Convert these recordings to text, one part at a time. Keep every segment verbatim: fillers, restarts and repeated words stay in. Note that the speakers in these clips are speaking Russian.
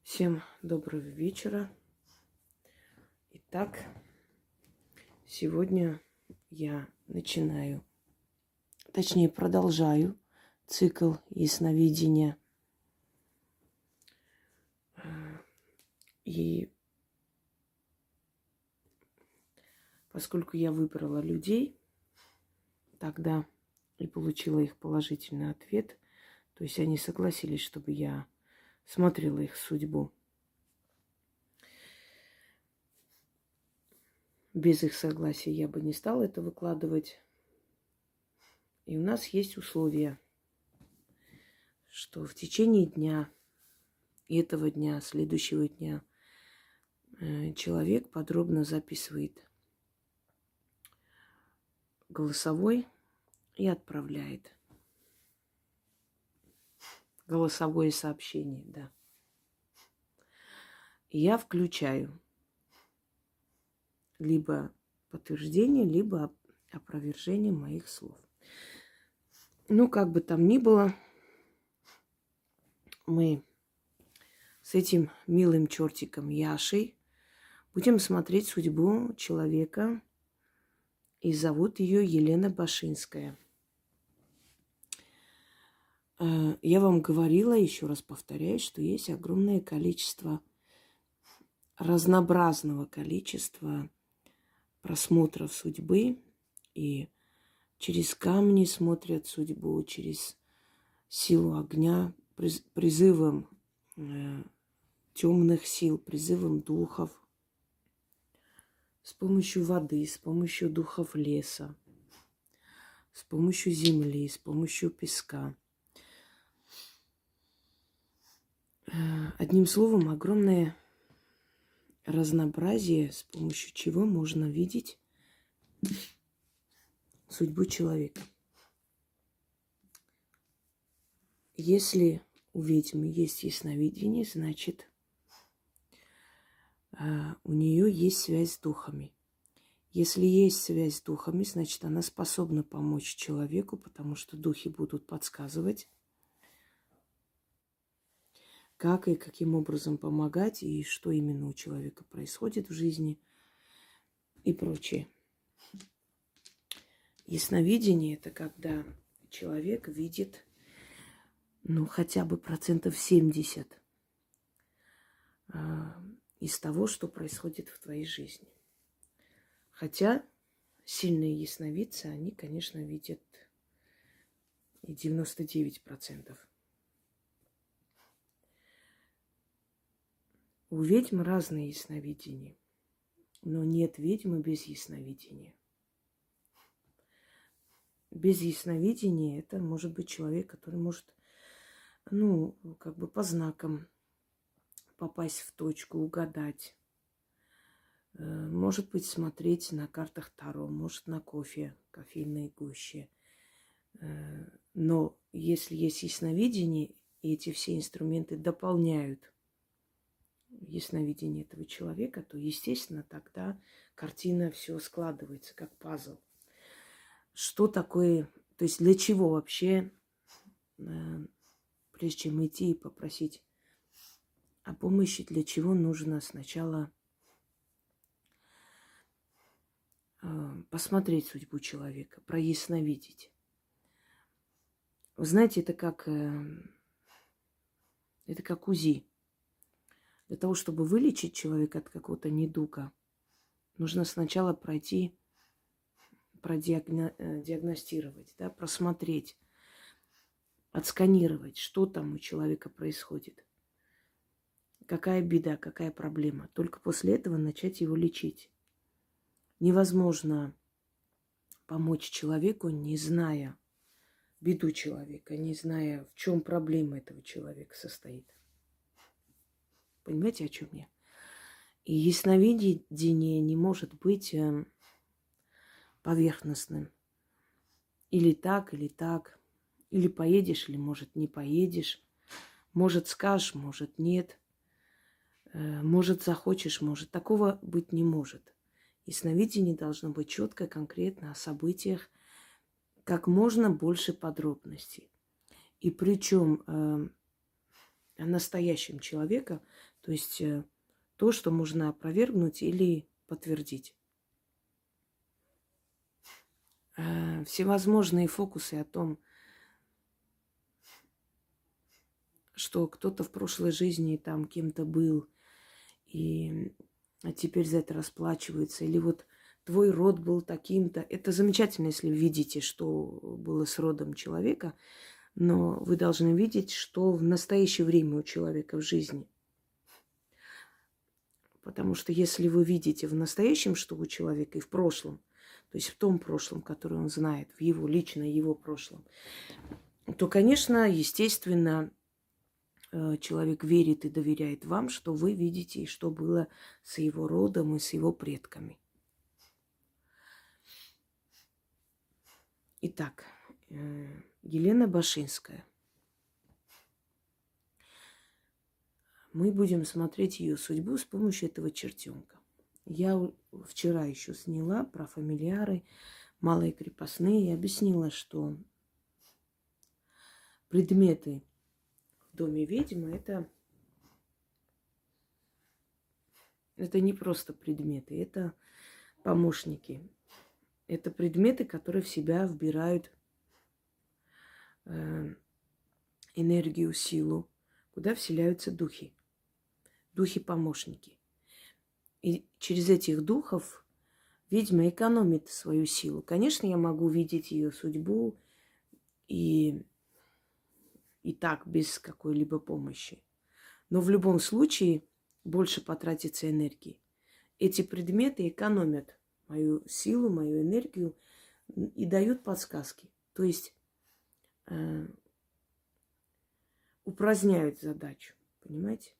Всем доброго вечера. Итак, сегодня я начинаю, точнее продолжаю цикл ясновидения. И поскольку я выбрала людей тогда и получила их положительный ответ, то есть они согласились, чтобы я смотрела их судьбу. Без их согласия я бы не стала это выкладывать. И у нас есть условия, что в течение дня, этого дня, следующего дня человек подробно записывает голосовой и отправляет. Голосовое сообщение, да. И я включаю либо подтверждение, либо опровержение моих слов. Ну, как бы там ни было, мы с этим милым чертиком Яшей будем смотреть судьбу человека, и зовут ее Елена Башинская. Я вам говорила, еще раз повторяю, что есть огромное количество, разнообразного количества просмотров судьбы, и через камни смотрят судьбу, через силу огня, призывом э, темных сил, призывом духов, с помощью воды, с помощью духов леса, с помощью земли, с помощью песка. Одним словом, огромное разнообразие, с помощью чего можно видеть судьбу человека. Если у ведьмы есть ясновидение, значит, у нее есть связь с духами. Если есть связь с духами, значит, она способна помочь человеку, потому что духи будут подсказывать, как и каким образом помогать, и что именно у человека происходит в жизни и прочее. Ясновидение – это когда человек видит, ну, хотя бы процентов семьдесят из того, что происходит в твоей жизни. Хотя сильные ясновидцы, они, конечно, видят и девяносто девять процентов. У ведьм разные ясновидения, но нет ведьмы без ясновидения. Без ясновидения это может быть человек, который может, ну, как бы по знакам попасть в точку, угадать. Может быть, смотреть на картах Таро, может, на кофе, кофейной гуще. Но если есть ясновидение, и эти все инструменты дополняют ясновидение этого человека, то, естественно, тогда картина все складывается, как пазл. Что такое, то есть для чего вообще, прежде чем идти и попросить о помощи, для чего нужно сначала посмотреть судьбу человека, проясновидеть. Вы знаете, это как, это как УЗИ. Для того, чтобы вылечить человека от какого-то недуга, нужно сначала пройти, продиагностировать, да, просмотреть, отсканировать, что там у человека происходит, какая беда, какая проблема. Только после этого начать его лечить. Невозможно помочь человеку, не зная беду человека, не зная, в чем проблема этого человека состоит. Понимаете, о чем я? И ясновидение не может быть поверхностным. Или так, или так. Или поедешь, или, может, не поедешь. Может, скажешь, может, нет. Может, захочешь, может. Такого быть не может. Ясновидение должно быть четко, конкретно о событиях, как можно больше подробностей. И причем настоящем человека, то есть э, то, что можно опровергнуть или подтвердить. Э, всевозможные фокусы о том, что кто-то в прошлой жизни там кем-то был, и теперь за это расплачивается, или вот твой род был таким-то. Это замечательно, если вы видите, что было с родом человека, но вы должны видеть, что в настоящее время у человека в жизни. Потому что если вы видите в настоящем, что у человека, и в прошлом, то есть в том прошлом, которое он знает, в его лично его прошлом, то, конечно, естественно, человек верит и доверяет вам, что вы видите, и что было с его родом и с его предками. Итак, Елена Башинская. Мы будем смотреть ее судьбу с помощью этого чертенка. Я вчера еще сняла про фамильяры, малые крепостные, и объяснила, что предметы в доме ведьмы это, это не просто предметы, это помощники. Это предметы, которые в себя вбирают э, энергию, силу, куда вселяются духи. Духи-помощники. И через этих духов ведьма экономит свою силу. Конечно, я могу видеть ее судьбу и, и так, без какой-либо помощи. Но в любом случае больше потратится энергии. Эти предметы экономят мою силу, мою энергию и дают подсказки. То есть э, упраздняют задачу. Понимаете?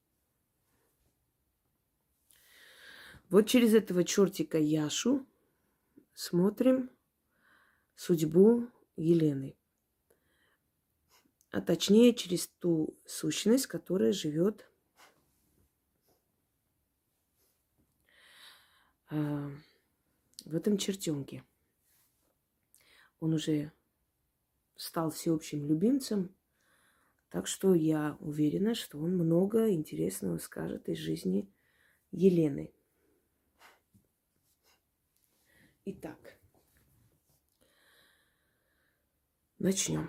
Вот через этого чертика Яшу смотрим судьбу Елены. А точнее, через ту сущность, которая живет э, в этом чертенке. Он уже стал всеобщим любимцем, так что я уверена, что он много интересного скажет из жизни Елены. Итак, начнем.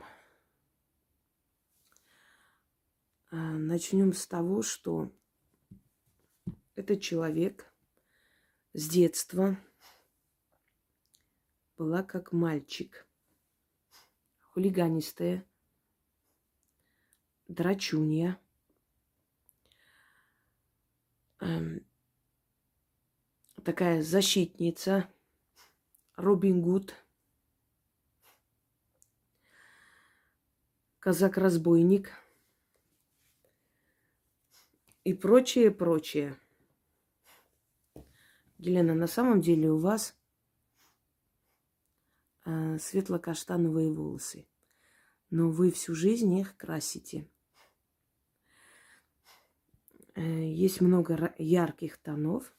Начнем с того, что этот человек с детства была как мальчик, хулиганистая, драчунья, эм, такая защитница, Робин Гуд, казак-разбойник и прочее, прочее. Елена, на самом деле у вас э, светло-каштановые волосы, но вы всю жизнь их красите. Э, есть много ярких тонов,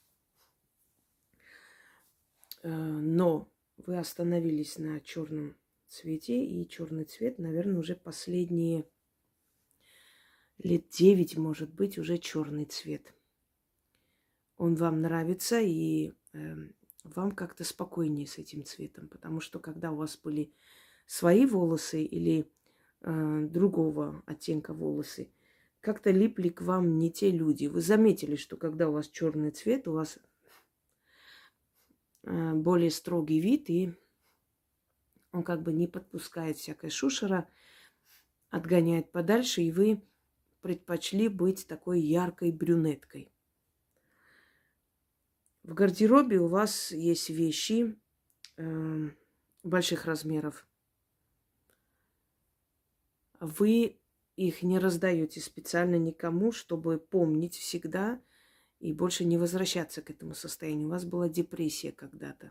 э, но вы остановились на черном цвете, и черный цвет, наверное, уже последние лет девять, может быть, уже черный цвет. Он вам нравится, и э, вам как-то спокойнее с этим цветом, потому что когда у вас были свои волосы или э, другого оттенка волосы, как-то липли к вам не те люди. Вы заметили, что когда у вас черный цвет, у вас э, более строгий вид, и он как бы не подпускает всякой шушера, отгоняет подальше, и вы предпочли быть такой яркой брюнеткой. В гардеробе у вас есть вещи э, больших размеров. Вы их не раздаете специально никому, чтобы помнить всегда и больше не возвращаться к этому состоянию. У вас была депрессия когда-то,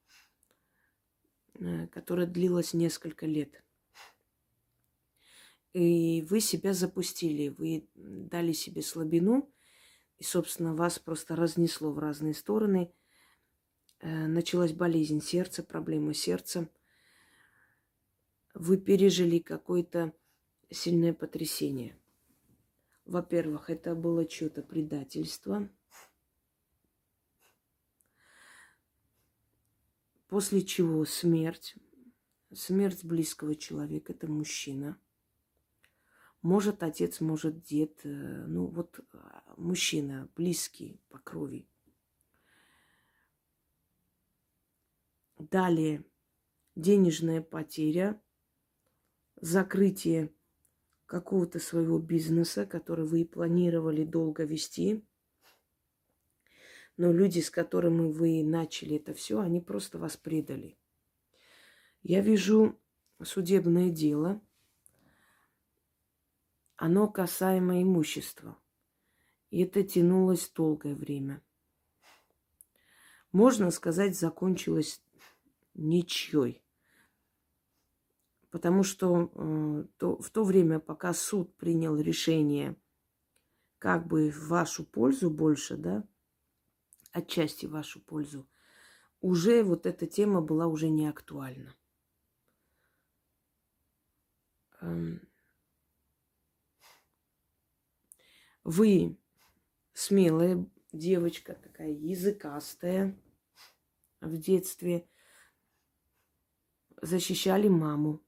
э, которая длилась несколько лет. И вы себя запустили, вы дали себе слабину, и, собственно, вас просто разнесло в разные стороны. Э, началась болезнь сердца, проблема сердца. Вы пережили какое-то сильное потрясение. во-первых, это было чье-то предательство. После чего смерть. Смерть близкого человека. Это мужчина. Может отец, может дед. Ну вот мужчина, близкий по крови. Далее денежная потеря. Закрытие какого-то своего бизнеса, который вы планировали долго вести. Но люди, с которыми вы начали это все, они просто вас предали. Я вижу судебное дело. Оно касаемо имущества. И это тянулось долгое время. Можно сказать, закончилось ничьей. Потому что э, то, в то время, пока суд принял решение как бы в вашу пользу больше, да, отчасти в вашу пользу, уже вот эта тема была уже не актуальна. Эм, Вы смелая девочка, такая языкастая в детстве, защищали маму.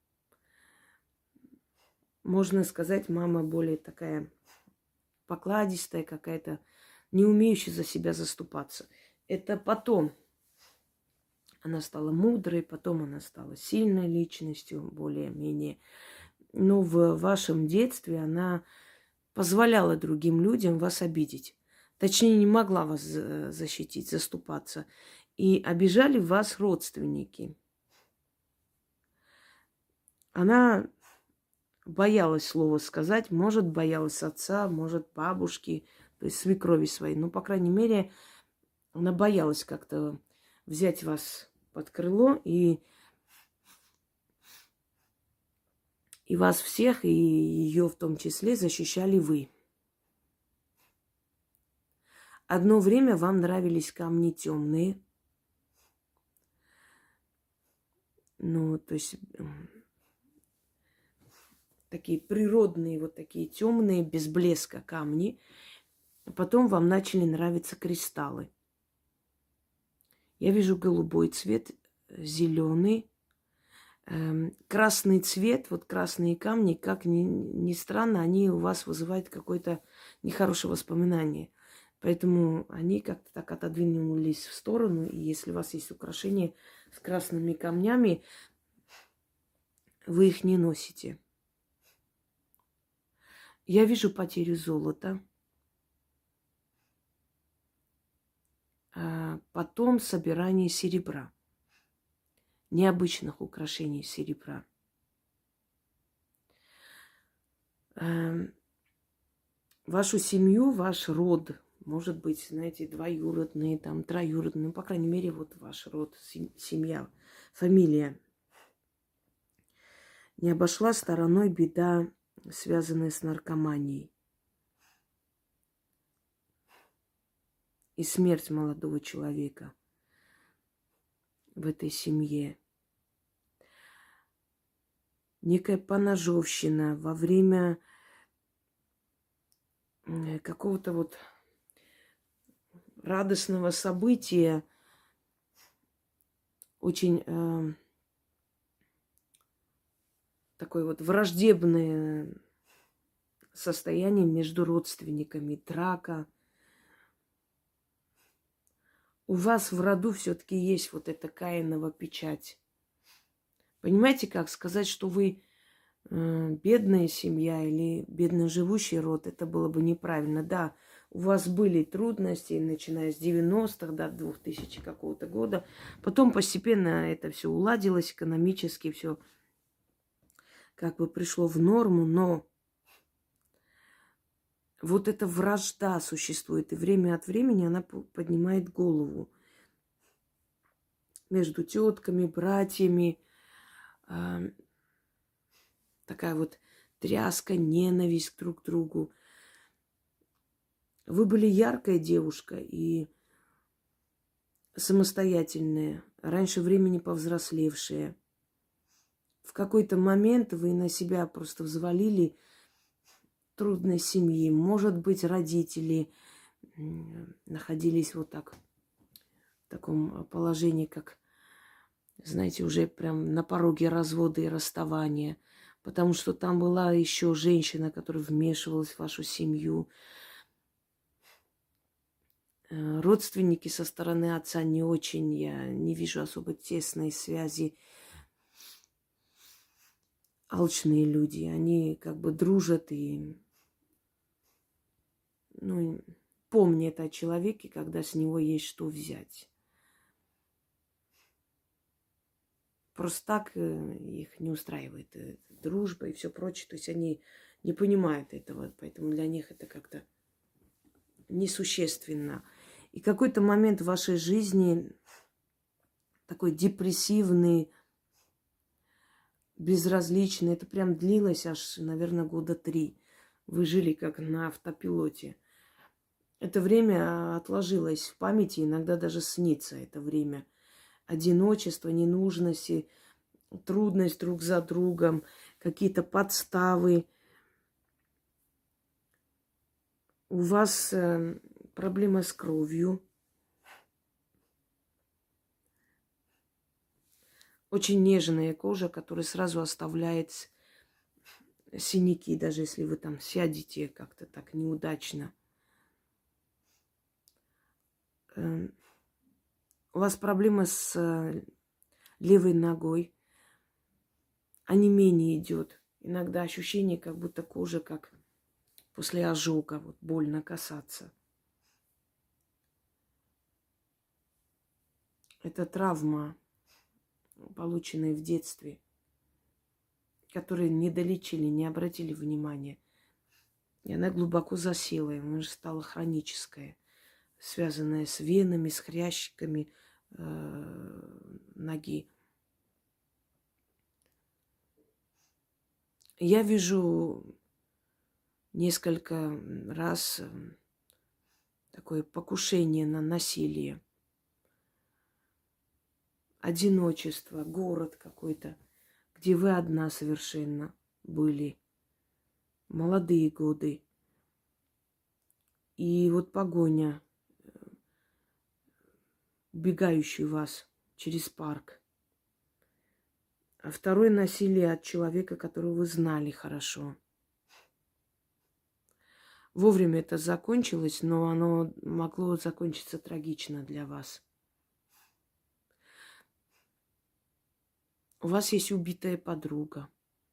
Можно сказать, мама более такая покладистая какая-то, не умеющая за себя заступаться. Это потом она стала мудрой, потом она стала сильной личностью, более-менее. Но в вашем детстве она позволяла другим людям вас обидеть. Точнее, не могла вас защитить, заступаться. И обижали вас родственники. Она боялась слова сказать, может, боялась отца, может, бабушки, то есть свекрови своей. Но, по крайней мере, она боялась как-то взять вас под крыло и, и вас всех, и ее в том числе, защищали вы. Одно время вам нравились камни темные. Ну, то есть такие природные, вот такие темные, без блеска камни. Потом вам начали нравиться кристаллы. Я вижу голубой цвет, зеленый, эм, красный цвет, вот красные камни, как ни, ни странно, они у вас вызывают какое-то нехорошее воспоминание. Поэтому они как-то так отодвинулись в сторону. И если у вас есть украшения с красными камнями, вы их не носите. Я вижу потерю золота. А потом собирание серебра. Необычных украшений серебра. Эм, вашу семью, ваш род, может быть, знаете, двоюродные, там, троюродные, ну, по крайней мере, вот ваш род, семья, фамилия. Не обошла стороной беда, связанная с наркоманией. И смерть молодого человека в этой семье. Некая поножовщина во время какого-то вот радостного события, очень э, такое вот враждебное состояние между родственниками, драка. У вас в роду все-таки есть вот эта Каинова печать. Понимаете, как сказать, что вы э, бедная семья или бедно живущий род, это было бы неправильно. Да, у вас были трудности, начиная с девяностых до двух тысячных какого-то года. Потом постепенно это все уладилось экономически, все как бы пришло в норму, но вот эта вражда существует, и время от времени она поднимает голову между тетками, братьями. Э, такая вот тряска, ненависть друг к другу. Вы были яркая девушка и самостоятельная, раньше времени повзрослевшая. В какой-то момент вы на себя просто взвалили трудной семьи. Может быть, родители находились вот так, в таком положении, как, знаете, уже прям на пороге развода и расставания. Потому что там была еще женщина, которая вмешивалась в вашу семью. Родственники со стороны отца не очень, я не вижу особо тесной связи. Алчные люди, они как бы дружат и, ну, помнят о человеке, когда с него есть что взять. Просто так их не устраивает дружба и все прочее. То есть они не понимают этого, поэтому для них это как-то несущественно. И какой-то момент в вашей жизни такой депрессивный, безразличный, это прям длилось аж, наверное, года три. Вы жили как на автопилоте. Это время отложилось в памяти, иногда даже снится это время. Одиночество, ненужности, трудность друг за другом, какие-то подставы. У вас э, проблема с кровью. Очень нежная кожа, которая сразу оставляет синяки, даже если вы там сядете как-то так неудачно. Э, у вас проблема с э, левой ногой. Онемение идет. Иногда ощущение, как будто кожа, как после ожога, вот больно касаться. Это травма, полученная в детстве, которые не долечили, не обратили внимания. И она глубоко засела, и она уже стала хроническая, связанная с венами, с хрящиками э, ноги. Я вижу несколько раз такое покушение на насилие. Одиночество, город какой-то, где вы одна совершенно были. Молодые годы. И вот погоня, убегающий вас через парк. А второе насилие от человека, которого вы знали хорошо. Вовремя это закончилось, но оно могло закончиться трагично для вас. У вас есть убитая подруга.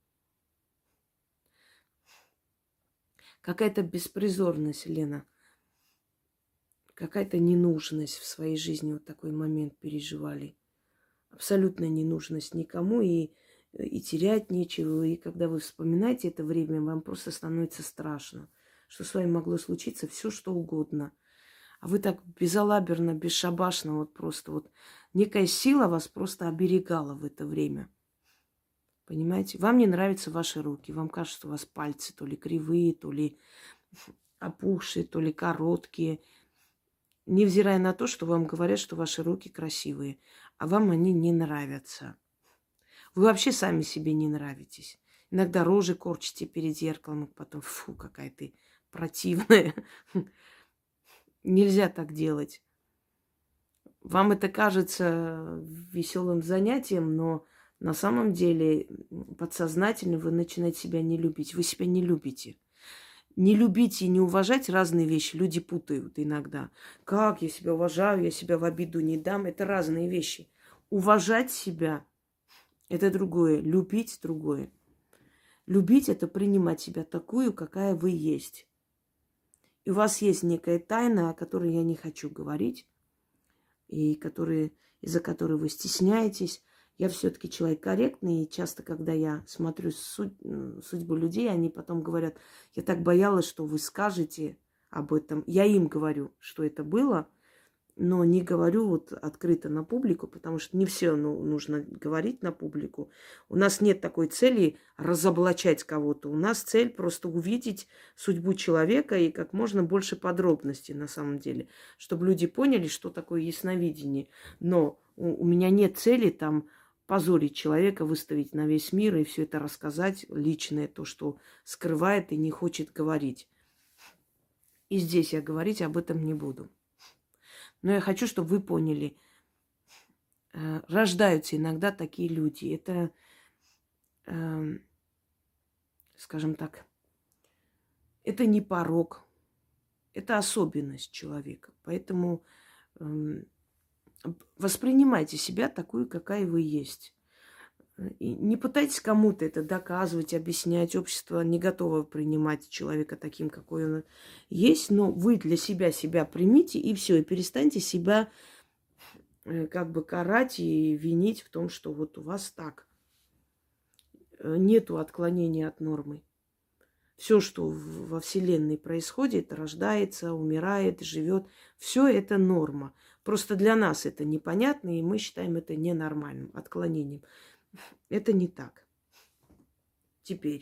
Какая-то беспризорность, Лена. Какая-то ненужность в своей жизни. Вот такой момент переживали. Абсолютная ненужность никому. И, и терять нечего. И когда вы вспоминаете это время, вам просто становится страшно. Что с вами могло случиться все, что угодно. А вы так безалаберно, бесшабашно, вот просто вот некая сила вас просто оберегала в это время. Понимаете? Вам не нравятся ваши руки. Вам кажется, что у вас пальцы то ли кривые, то ли опухшие, то ли короткие. Невзирая на то, что вам говорят, что ваши руки красивые, а вам они не нравятся. Вы вообще сами себе не нравитесь. Иногда рожи корчите перед зеркалом, и потом, фу, какая ты противная. Нельзя так делать. Вам это кажется веселым занятием, но на самом деле подсознательно вы начинаете себя не любить. Вы себя не любите. Не любить и не уважать разные вещи люди путают иногда. Как я себя уважаю, я себя в обиду не дам. Это разные вещи. Уважать себя – это другое. Любить – другое. Любить – это принимать себя такую, какая вы есть. И у вас есть некая тайна, о которой я не хочу говорить, и которые, из-за которой вы стесняетесь. Я все-таки человек корректный, и часто, когда я смотрю судь, судьбу людей, они потом говорят, я так боялась, что вы скажете об этом. Я им говорю, что это было, но не говорю вот открыто на публику, потому что не все ну, нужно говорить на публику. У нас нет такой цели разоблачать кого-то. У нас цель просто увидеть судьбу человека и как можно больше подробностей на самом деле, чтобы люди поняли, что такое ясновидение. Но у, у меня нет цели там позорить человека, выставить на весь мир и все это рассказать, личное, то, что скрывает и не хочет говорить. И здесь я говорить об этом не буду. Но я хочу, чтобы вы поняли, э, рождаются иногда такие люди. Это, э, скажем так, это не порок, это особенность человека. Поэтому э, воспринимайте себя такую, какая вы есть. И не пытайтесь кому-то это доказывать, объяснять. Общество не готово принимать человека таким, какой он есть. Но вы для себя себя примите, и все. И перестаньте себя э, как бы карать и винить в том, что вот у вас так. Э, Нету отклонения от нормы. Все, что в- во Вселенной происходит, рождается, умирает, живет, все это норма. Просто для нас это непонятно, и мы считаем это ненормальным отклонением. Это не так. Теперь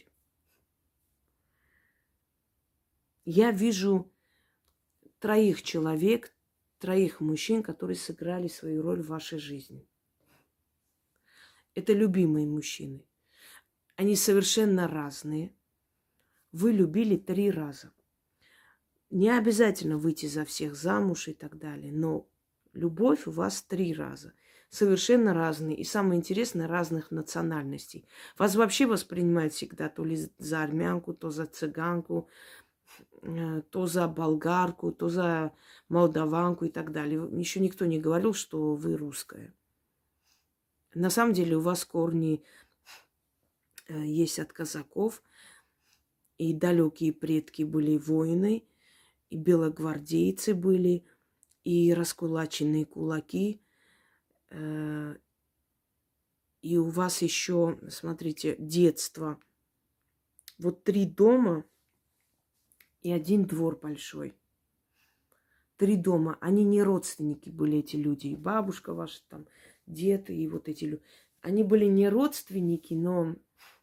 я вижу троих человек, троих мужчин, которые сыграли свою роль в вашей жизни. Это любимые мужчины. Они совершенно разные. Вы любили три раза. Не обязательно выйти за всех замуж и так далее, но любовь у вас три раза. Совершенно разные. И самое интересное, разных национальностей. Вас вообще воспринимают всегда то ли за армянку, то за цыганку, э, то за болгарку, то за молдаванку и так далее. Еще никто не говорил, что вы русская. На самом деле у вас корни э, есть от казаков, и далекие предки были воины, и белогвардейцы были, и раскулаченные кулаки. Э, И у вас еще, смотрите, детство. Вот три дома и один двор большой. Три дома. Они не родственники были, эти люди. И бабушка ваша, там, дед, и вот эти люди. Они были не родственники, но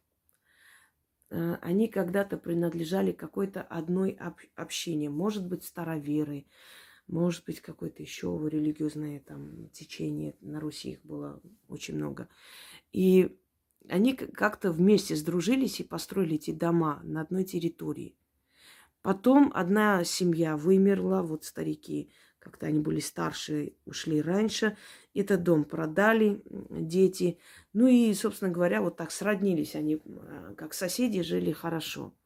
э, они когда-то принадлежали какой-то одной об- общине. Может быть, староверы, может быть, какое-то еще религиозное там течение. На Руси их было очень много. И они к- как-то вместе сдружились и построили эти дома на одной территории. Потом одна семья вымерла, вот старики, как-то они были старше, ушли раньше. Этот дом продали м, дети. Ну и, собственно говоря, вот так сроднились они, э, как соседи, жили хорошо.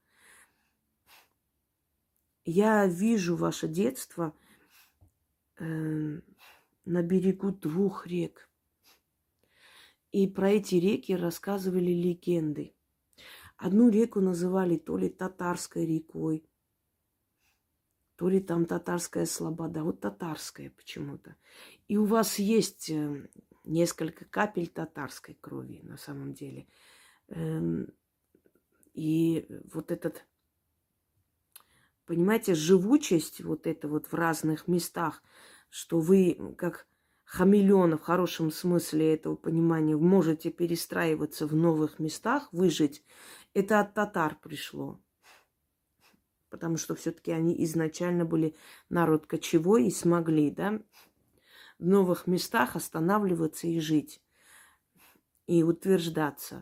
Я вижу ваше детство э, на берегу двух рек. И про эти реки рассказывали легенды. Одну реку называли то ли Татарской рекой, то ли там Татарская слобода. Вот Татарская почему-то. И у вас есть э, несколько капель татарской крови на самом деле. Эм, И вот этот, понимаете, живучесть вот это вот в разных местах, что вы как хамелеоны в хорошем смысле этого понимания можете перестраиваться в новых местах, выжить, это от татар пришло. Потому что все-таки они изначально были народ кочевой и смогли, да, в новых местах останавливаться и жить, и утверждаться.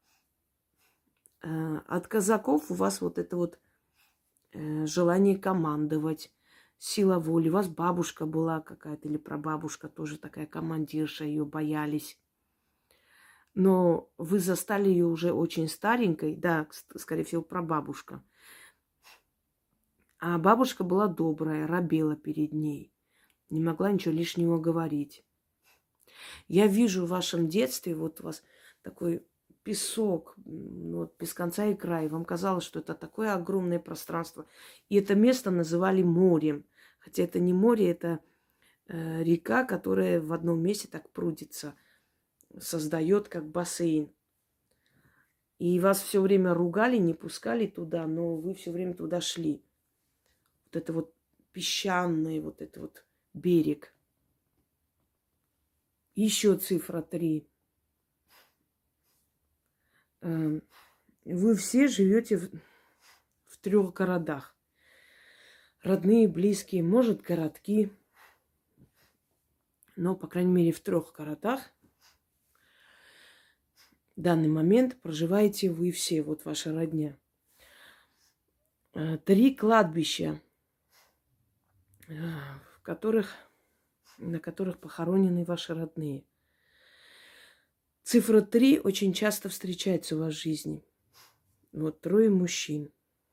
Э, От казаков у вас вот это вот э, желание командовать, сила воли. У вас бабушка была какая-то или прабабушка, тоже такая командирша, ее боялись. Но вы застали ее уже очень старенькой, да, к- скорее всего, прабабушка. А бабушка была добрая, робела перед ней, не могла ничего лишнего говорить. Я вижу в вашем детстве, вот у вас такой песок, м, вот без конца и края. Вам казалось, что это такое огромное пространство. И это место называли морем. Хотя это не море, это э, река, которая в одном месте так прудится, создает как бассейн. И вас все время ругали, не пускали туда, но вы все время туда шли. Вот это вот песчаный, вот это вот берег. Еще цифра три. Эм, Вы все живете в, в трех городах. Родные, близкие, может, городки. Но, по крайней мере, в трех городах. данный момент проживаете вы все, вот ваша родня. Три кладбища, в которых, на которых похоронены ваши родные. Цифра три очень часто встречается у вас в жизни. Вот трое мужчин.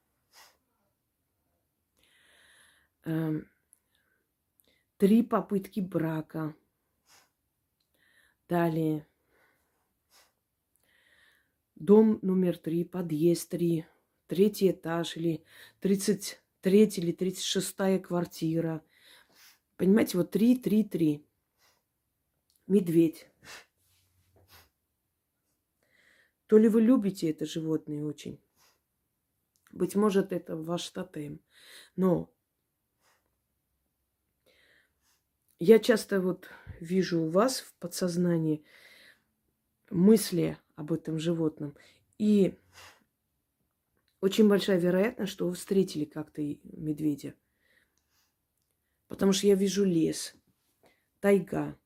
Три попытки брака. Далее. Дом номер три, подъезд три, третий этаж или тридцать третья или тридцать шестая квартира. Понимаете, вот три, три, три. Медведь. То ли вы любите это животное очень. Быть может, это ваш тотем. Но я часто вот вижу у вас в подсознании мысли об этом животном. И очень большая вероятность, что вы встретили как-то медведя. Потому что я вижу лес, тайга.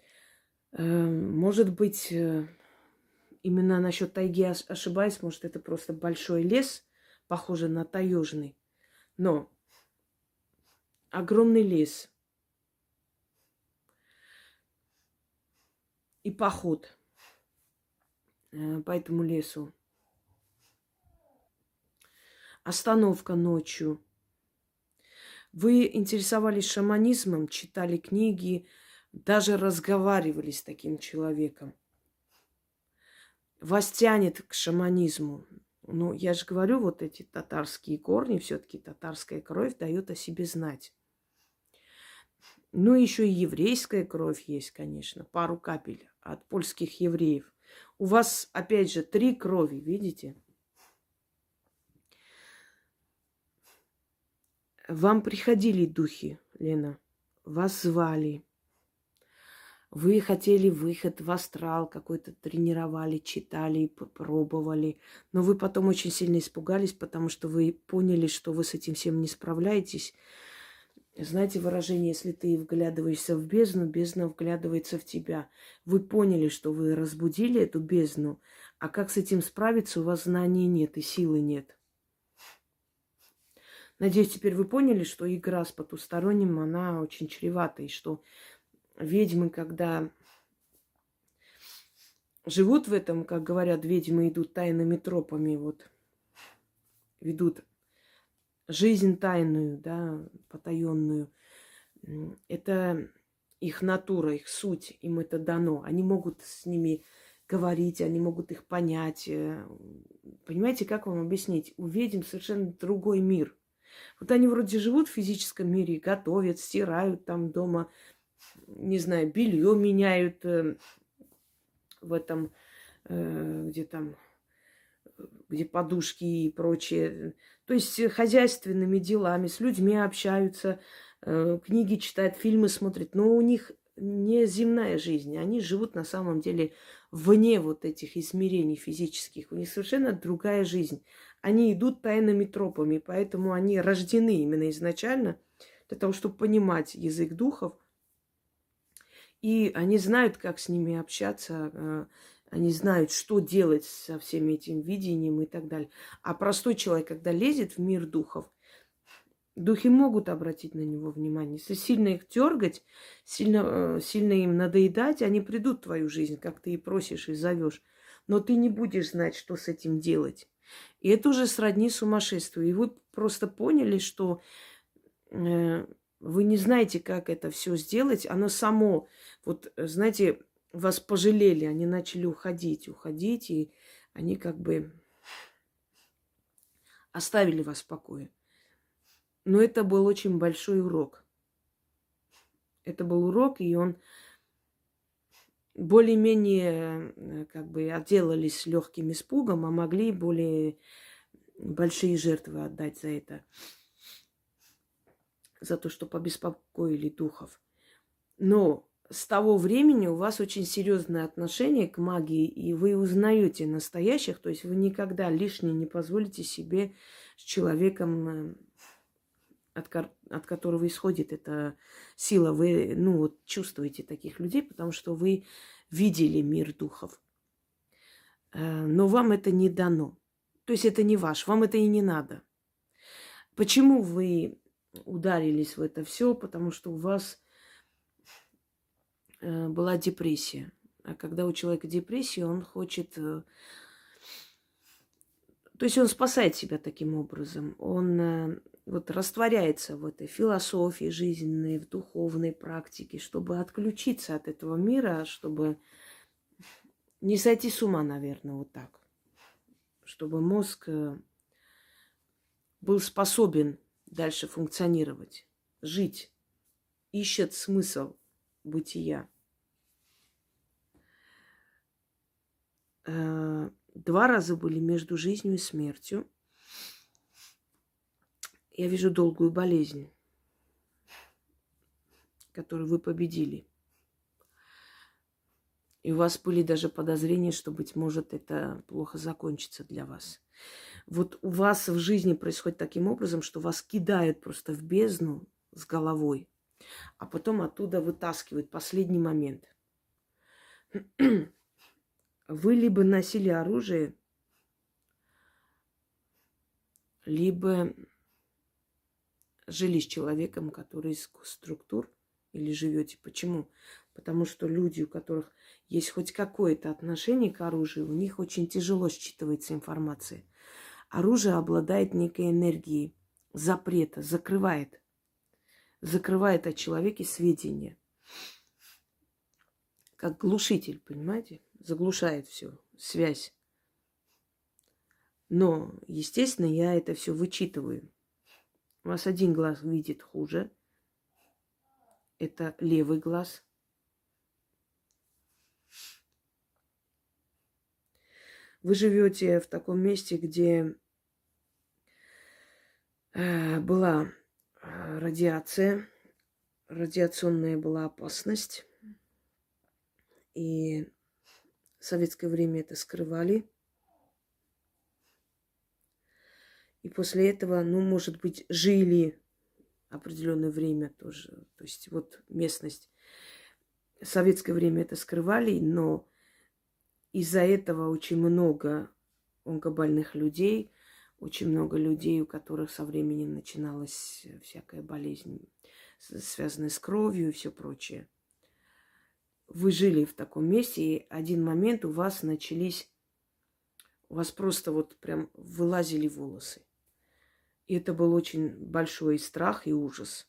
Может быть, именно насчет тайги ошибаюсь, может, это просто большой лес, похожий на таежный. Но огромный лес и поход по этому лесу. Остановка ночью. Вы интересовались шаманизмом, читали книги, даже разговаривали с таким человеком. Вас тянет к шаманизму. Ну, я же говорю, вот эти татарские корни, все-таки татарская кровь дает о себе знать. Ну, еще и еврейская кровь есть, конечно, пару капель от польских евреев. У вас, опять же, три крови, видите? Вам приходили духи, Лена, вас звали. Вы хотели выход в астрал какой-то, тренировали, читали, пробовали. Но вы потом очень сильно испугались, потому что вы поняли, что вы с этим всем не справляетесь. Знаете выражение, если ты вглядываешься в бездну, бездна вглядывается в тебя. Вы поняли, что вы разбудили эту бездну, а как с этим справиться, у вас знаний нет и силы нет. Надеюсь, теперь вы поняли, что игра с потусторонним, она очень чревата, и что ведьмы, когда живут в этом, как говорят, ведьмы идут тайными тропами, вот, ведут жизнь тайную, да, потаенную. Это их натура, их суть, им это дано. Они могут с ними говорить, они могут их понять. Понимаете, как вам объяснить? У ведьм совершенно другой мир. Вот они вроде живут в физическом мире, готовят, стирают там дома, не знаю, белье меняют э, в этом, э, где там, где подушки и прочее. То есть хозяйственными делами, с людьми общаются, э, книги читают, фильмы смотрят. Но у них не земная жизнь. Они живут на самом деле вне вот этих измерений физических. У них совершенно другая жизнь. Они идут тайными тропами, поэтому они рождены именно изначально для того, чтобы понимать язык духов. И они знают, как с ними общаться, они знают, что делать со всем этим видением и так далее. А простой человек, когда лезет в мир духов, духи могут обратить на него внимание. Если сильно их дергать, сильно, сильно им надоедать, они придут в твою жизнь, как ты и просишь, и зовешь. Но ты не будешь знать, что с этим делать. И это уже сродни сумасшествию. И вы просто поняли, что э, вы не знаете, как это все сделать. Оно само, вот, знаете, вас пожалели, они начали уходить, уходить, и они как бы оставили вас в покое. Но это был очень большой урок. Это был урок, и он более-менее как бы отделались легким испугом, а могли более большие жертвы отдать за это. За то, что побеспокоили духов. Но с того времени у вас очень серьезное отношение к магии, и вы узнаете настоящих, то есть вы никогда лишнее не позволите себе с человеком, от, от которого исходит эта сила. Вы, ну, вот, чувствуете таких людей, потому что вы видели мир духов. но вам это не дано. То есть это не ваш, вам это и не надо. Почему вы ударились в это все? Потому что у вас была депрессия. А когда у человека депрессия, он хочет... То есть он спасает себя таким образом. Он вот растворяется в этой философии жизненной, в духовной практике, чтобы отключиться от этого мира, чтобы не сойти с ума, наверное, вот так. Чтобы мозг был способен дальше функционировать, жить, ищет смысл бытия. Два раза были между жизнью и смертью. Я вижу долгую болезнь, которую вы победили. И у вас были даже подозрения, что, быть может, это плохо закончится для вас. Вот у вас в жизни происходит таким образом, что вас кидают просто в бездну с головой, а потом оттуда вытаскивают в последний момент. Вы либо носили оружие, либо жили с человеком, который из структур, или живете. Почему? Потому что люди, у которых есть хоть какое-то отношение к оружию, у них очень тяжело считывается информация. Оружие обладает некой энергией запрета, закрывает. Закрывает от человека сведения. Как глушитель, понимаете? Заглушает все, связь. Но, естественно, я это все вычитываю. У вас один глаз видит хуже. Это левый глаз. Вы живете в таком месте, где э, была радиация, радиационная была опасность. И в советское время это скрывали. И после этого, ну, может быть, жили определенное время тоже. То есть вот местность. В советское время это скрывали, но из-за этого очень много онкобольных людей, очень много людей, у которых со временем начиналась всякая болезнь, связанная с кровью и все прочее. Вы жили в таком месте, и один момент у вас начались, у вас просто вот прям вылазили волосы. И это был очень большой страх и ужас.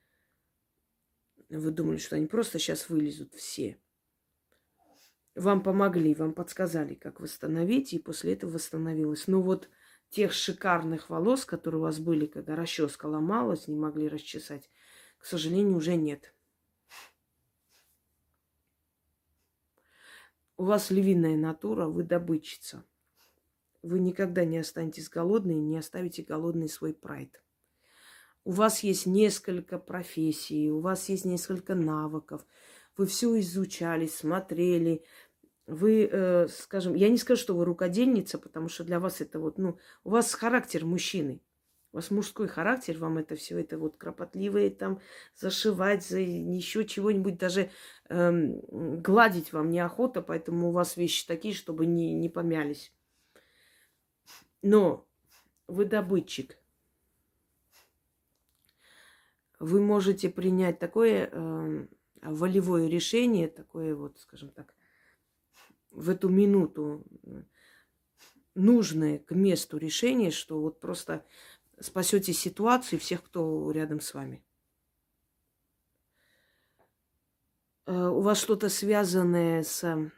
Вы думали, что они просто сейчас вылезут все. Вам помогли, вам подсказали, как восстановить, и после этого восстановилось. Но вот тех шикарных волос, которые у вас были, когда расческа ломалась, не могли расчесать, к сожалению, уже нет. У вас львиная натура, вы добытчица. Вы никогда не останетесь голодной, не оставите голодный свой прайд. У вас есть несколько профессий, у вас есть несколько навыков. Вы все изучали, смотрели. Вы, э, скажем, я не скажу, что вы рукодельница, потому что для вас это вот, ну, у вас характер мужчины. У вас мужской характер, вам это все это вот кропотливое там зашивать, за еще чего-нибудь, даже эм, гладить вам неохота, поэтому у вас вещи такие, чтобы не, не помялись. Но вы добытчик. Вы можете принять такое э, волевое решение, такое вот, скажем так, в эту минуту нужное к месту решение, что вот просто спасете ситуацию и всех, кто рядом с вами. Э, у вас что-то связанное с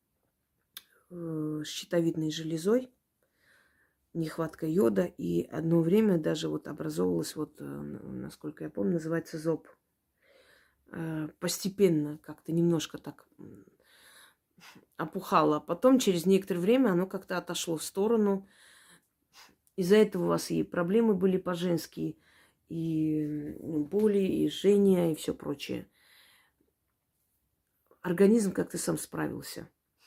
э, щитовидной железой, нехватка йода, и одно время даже вот образовывалось, вот, насколько я помню, называется зоб. Постепенно как-то немножко так опухало. Потом через некоторое время оно как-то отошло в сторону. Из-за этого у вас и проблемы были по-женски, и боли, и жжение, и все прочее. Организм как-то сам справился.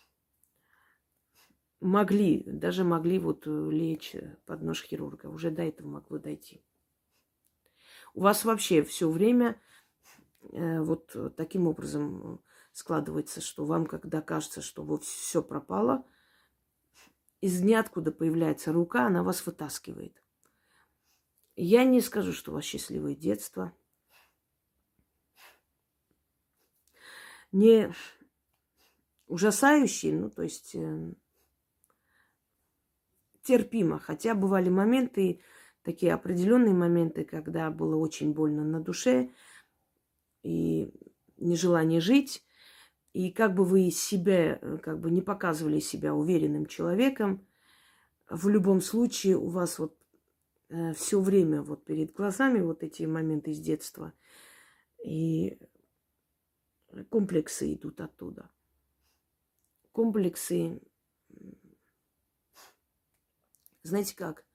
Могли, даже могли вот лечь под нож хирурга. Уже до этого могло дойти. У вас вообще все время э, вот таким образом складывается, что вам, когда кажется, что вот все пропало, из ниоткуда появляется рука, она вас вытаскивает. Я не скажу, что у вас счастливое детство. Не ужасающие, ну, то есть э, терпимо. Хотя бывали моменты, такие определенные моменты, когда было очень больно на душе и нежелание жить. И как бы вы себя, э, как бы не показывали себя уверенным человеком, в любом случае у вас вот э, все время вот перед глазами вот эти моменты из детства. И комплексы идут оттуда. Комплексы, знаете как,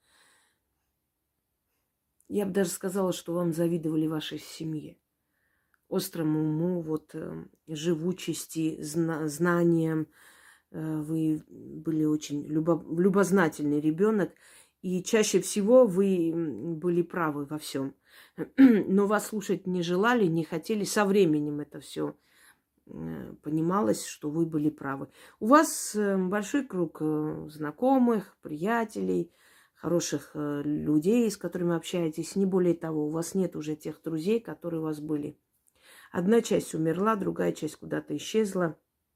я бы даже сказала, что вам завидовали вашей семье. Острому уму, вот, э, живучести, зна- знаниям. Э, вы были очень любо- любознательный ребенок. И чаще всего вы м, были правы во всем. Но вас слушать не желали, не хотели. Со временем это все понималось, что вы были правы. У вас э, большой круг э, знакомых, приятелей, хороших э, людей, с которыми общаетесь. Не более того, у вас нет уже тех друзей, которые у вас были. Одна часть умерла, другая часть куда-то исчезла.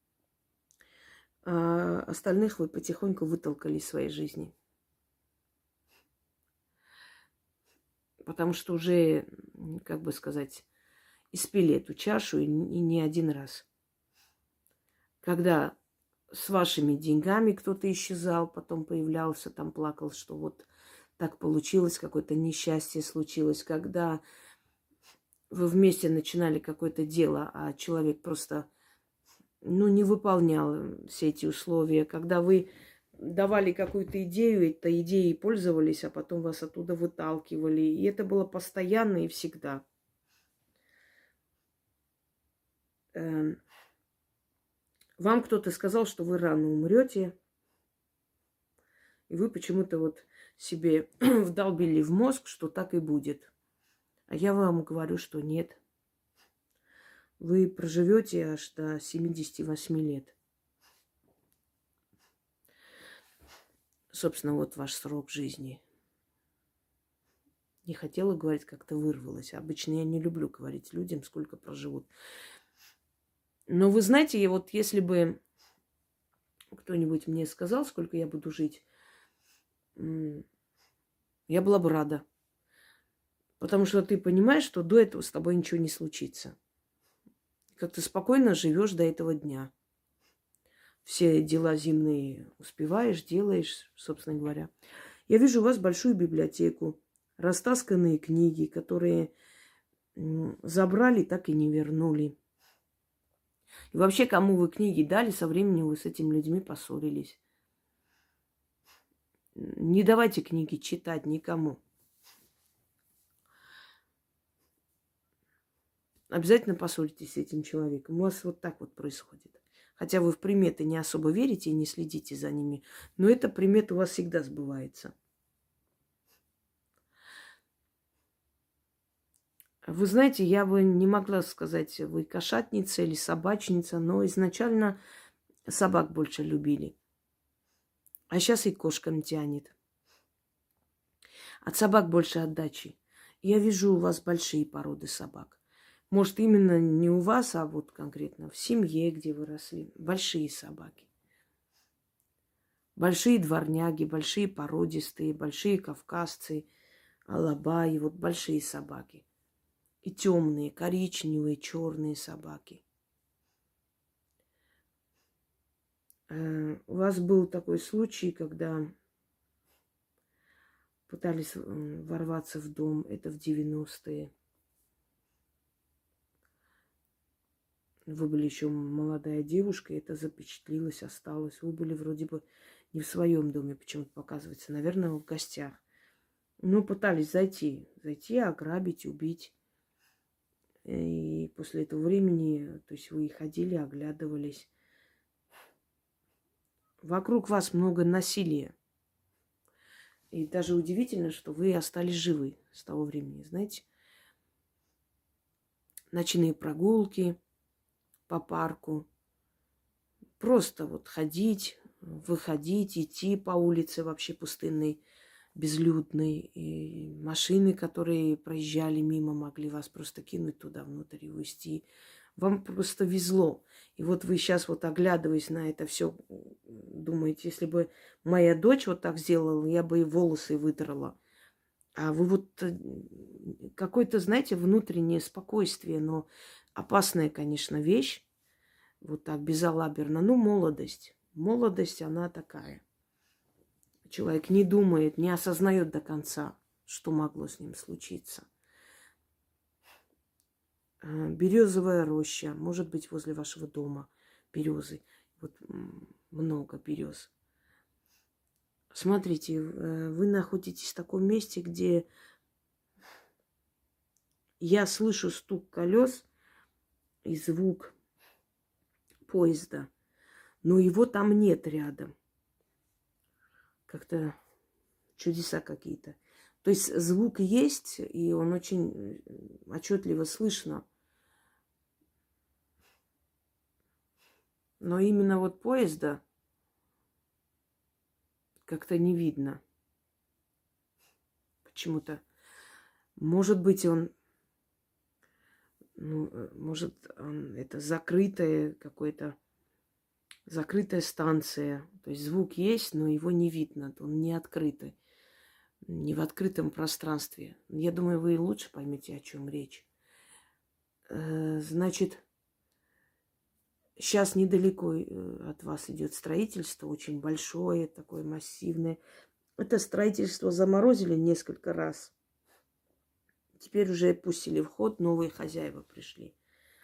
А остальных вы потихоньку вытолкали из своей жизни. Потому что уже, как бы сказать, испили эту чашу и не один раз. Когда с вашими деньгами кто-то исчезал, потом появлялся, там плакал, что вот так получилось, какое-то несчастье случилось. Когда вы вместе начинали какое-то дело, а человек просто, ну, не выполнял все эти условия. Когда вы давали какую-то идею, этой идеей пользовались, а потом вас оттуда выталкивали. И это было постоянно и всегда. Эм, Вам кто-то сказал, что вы рано умрете, и вы почему-то вот себе вдолбили в мозг, что так и будет. А я вам говорю, что нет. Вы проживете аж до семидесяти восьми лет. Собственно, вот ваш срок жизни. Не хотела говорить, как-то вырвалась. Обычно я не люблю говорить людям, сколько проживут. Но вы знаете, я вот если бы кто-нибудь мне сказал, сколько я буду жить, я была бы рада. Потому что ты понимаешь, что до этого с тобой ничего не случится. Как ты спокойно живешь до этого дня. Все дела земные успеваешь, делаешь, собственно говоря. Я вижу у вас большую библиотеку, растасканные книги, которые забрали, так и не вернули. И вообще, кому вы книги дали, со временем вы с этими людьми поссорились. Не давайте книги читать никому. Обязательно поссоритесь с этим человеком. У вас вот так вот происходит. Хотя вы в приметы не особо верите и не следите за ними. Но эта примета у вас всегда сбывается. Вы знаете, я бы не могла сказать, вы кошатница или собачница, но изначально собак больше любили. А сейчас и кошкам тянет. От собак больше отдачи. Я вижу у вас большие породы собак. Может, именно не у вас, а вот конкретно в семье, где вы росли. Большие собаки. Большие дворняги, большие породистые, большие кавказцы, алабаи, вот большие собаки. И темные, коричневые, черные собаки. Э, у вас был такой случай, когда пытались ворваться в дом, это в девяностые. Вы были еще молодая девушка, и это запечатлилось, осталось. Вы были вроде бы не в своем доме, почему-то показывается, наверное, в гостях. Ну, пытались зайти, зайти, ограбить, убить. И после этого времени, то есть вы ходили, оглядывались. Вокруг вас много насилия. И даже удивительно, что вы остались живы с того времени, знаете. Ночные прогулки по парку. Просто вот ходить, выходить, идти по улице вообще пустынной, безлюдной. И машины, которые проезжали мимо, могли вас просто кинуть туда внутрь и увезти. Вам просто везло. И вот вы сейчас вот, оглядываясь на это все, думаете, если бы моя дочь вот так сделала, я бы ей волосы выдрала. А вы вот э, какое-то, знаете, внутреннее спокойствие, но опасная, конечно, вещь. Вот так безалаберно. Ну, молодость. Молодость, она такая. Человек не думает, не осознает до конца, что могло с ним случиться. Березовая роща, может быть, возле вашего дома березы. Вот много берез. Смотрите, вы находитесь в таком месте, где я слышу стук колес и звук поезда, но его там нет рядом. Как-то чудеса какие-то. То есть звук есть, и он очень отчетливо слышно. Но именно вот поезда как-то не видно. Почему-то. Может быть, он, ну, может, он, это закрытая какое-то, закрытая станция. То есть звук есть, но его не видно. Он не открытый. Не в открытом пространстве. Я думаю, вы лучше поймете, о чем речь. Значит, сейчас недалеко от вас идет строительство, очень большое, такое массивное. Это строительство заморозили несколько раз. Теперь уже пустили в ход, новые хозяева пришли.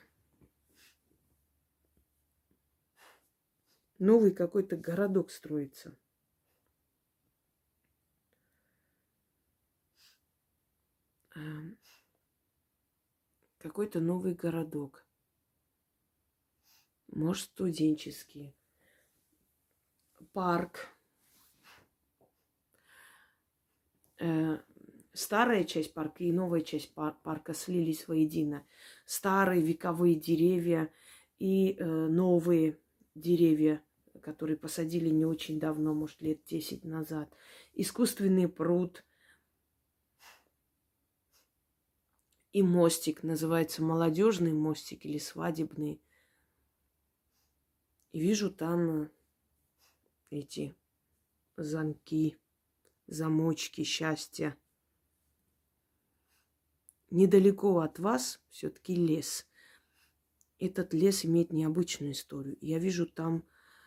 Новый какой-то городок строится. Какой-то новый городок. Может, студенческий. Парк. Старая часть парка и новая часть парка слились воедино. Старые вековые деревья и новые деревья, которые посадили не очень давно, может, лет десять назад. Искусственный пруд и мостик. Называется молодежный мостик или свадебный. И вижу там эти замки, замочки счастья. Недалеко от вас все-таки лес. Этот лес имеет необычную историю. Я вижу там,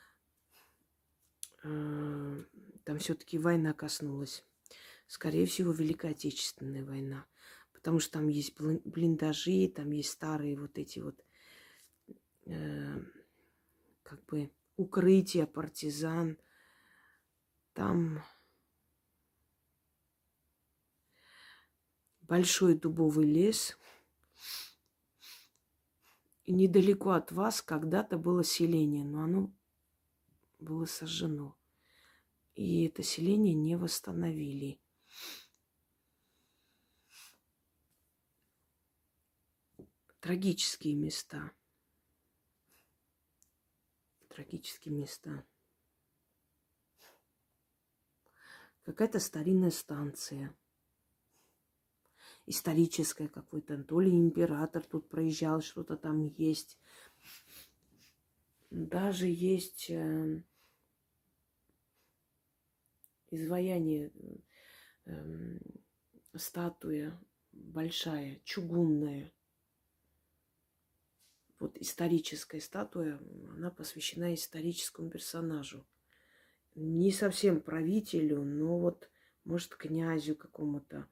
э, там все-таки война коснулась. Скорее всего, Великая Отечественная война. Потому что там есть блиндажи, там есть старые вот эти вот э, как бы укрытия партизан. Там большой дубовый лес. И недалеко от вас когда-то было селение, но оно было сожжено. И это селение не восстановили. Трагические места. Трагические места. Какая-то старинная станция. Историческое какое-то. То ли император тут проезжал, что-то там есть. Даже есть э, изваяние, э, статуя большая, чугунная. Вот историческая статуя, она посвящена историческому персонажу. Не совсем правителю, но вот, может, князю какому-то.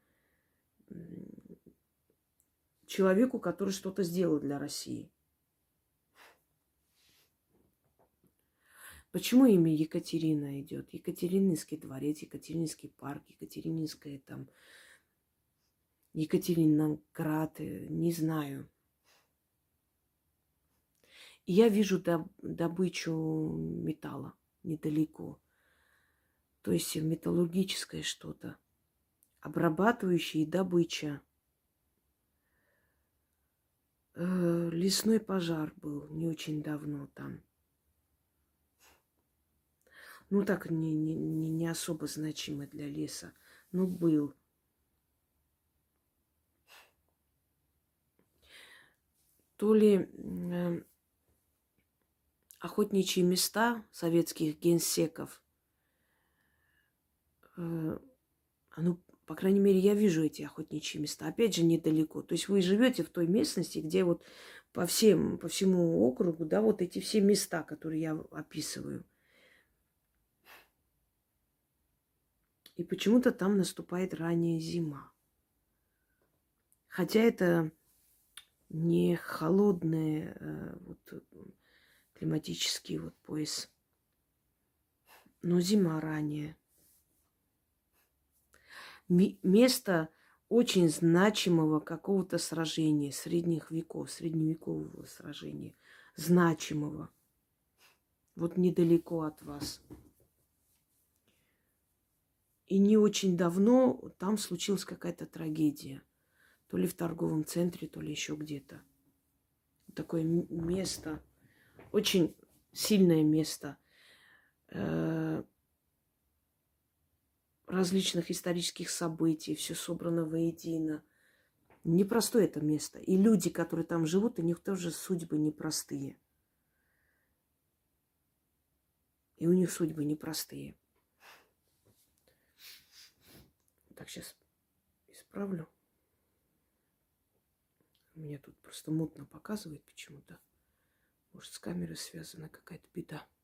Человеку, который что-то сделал для России. Почему имя Екатерина идет? Екатерининский дворец, Екатерининский парк, Екатерининская там, Екатериноград, не знаю. И я вижу добычу металла недалеко. То есть металлургическое что-то. Обрабатывающая и добыча. Лесной пожар был не очень давно там. Ну так не, не, не не особо значимый для леса. Ну, был. То ли э, охотничьи места советских генсеков, э, ну, по крайней мере, я вижу эти охотничьи места. Опять же, недалеко. То есть вы живете в той местности, где вот по всем, по всему округу, да, вот эти все места, которые я описываю. И почему-то там наступает ранняя зима. Хотя это не холодный э, вот, климатический вот пояс, но зима ранняя. Ми- место очень значимого какого-то сражения средних веков, средневекового сражения, значимого. Вот недалеко от вас. И не очень давно там случилась какая-то трагедия. То ли в торговом центре, то ли еще где-то. Такое м- место, очень сильное место э, различных исторических событий, все собрано воедино. Непростое это место. И люди, которые там живут, у них тоже судьбы непростые. И у них судьбы непростые. Так, сейчас исправлю. Меня тут просто мутно показывает почему-то. Может, с камерой связана какая-то беда.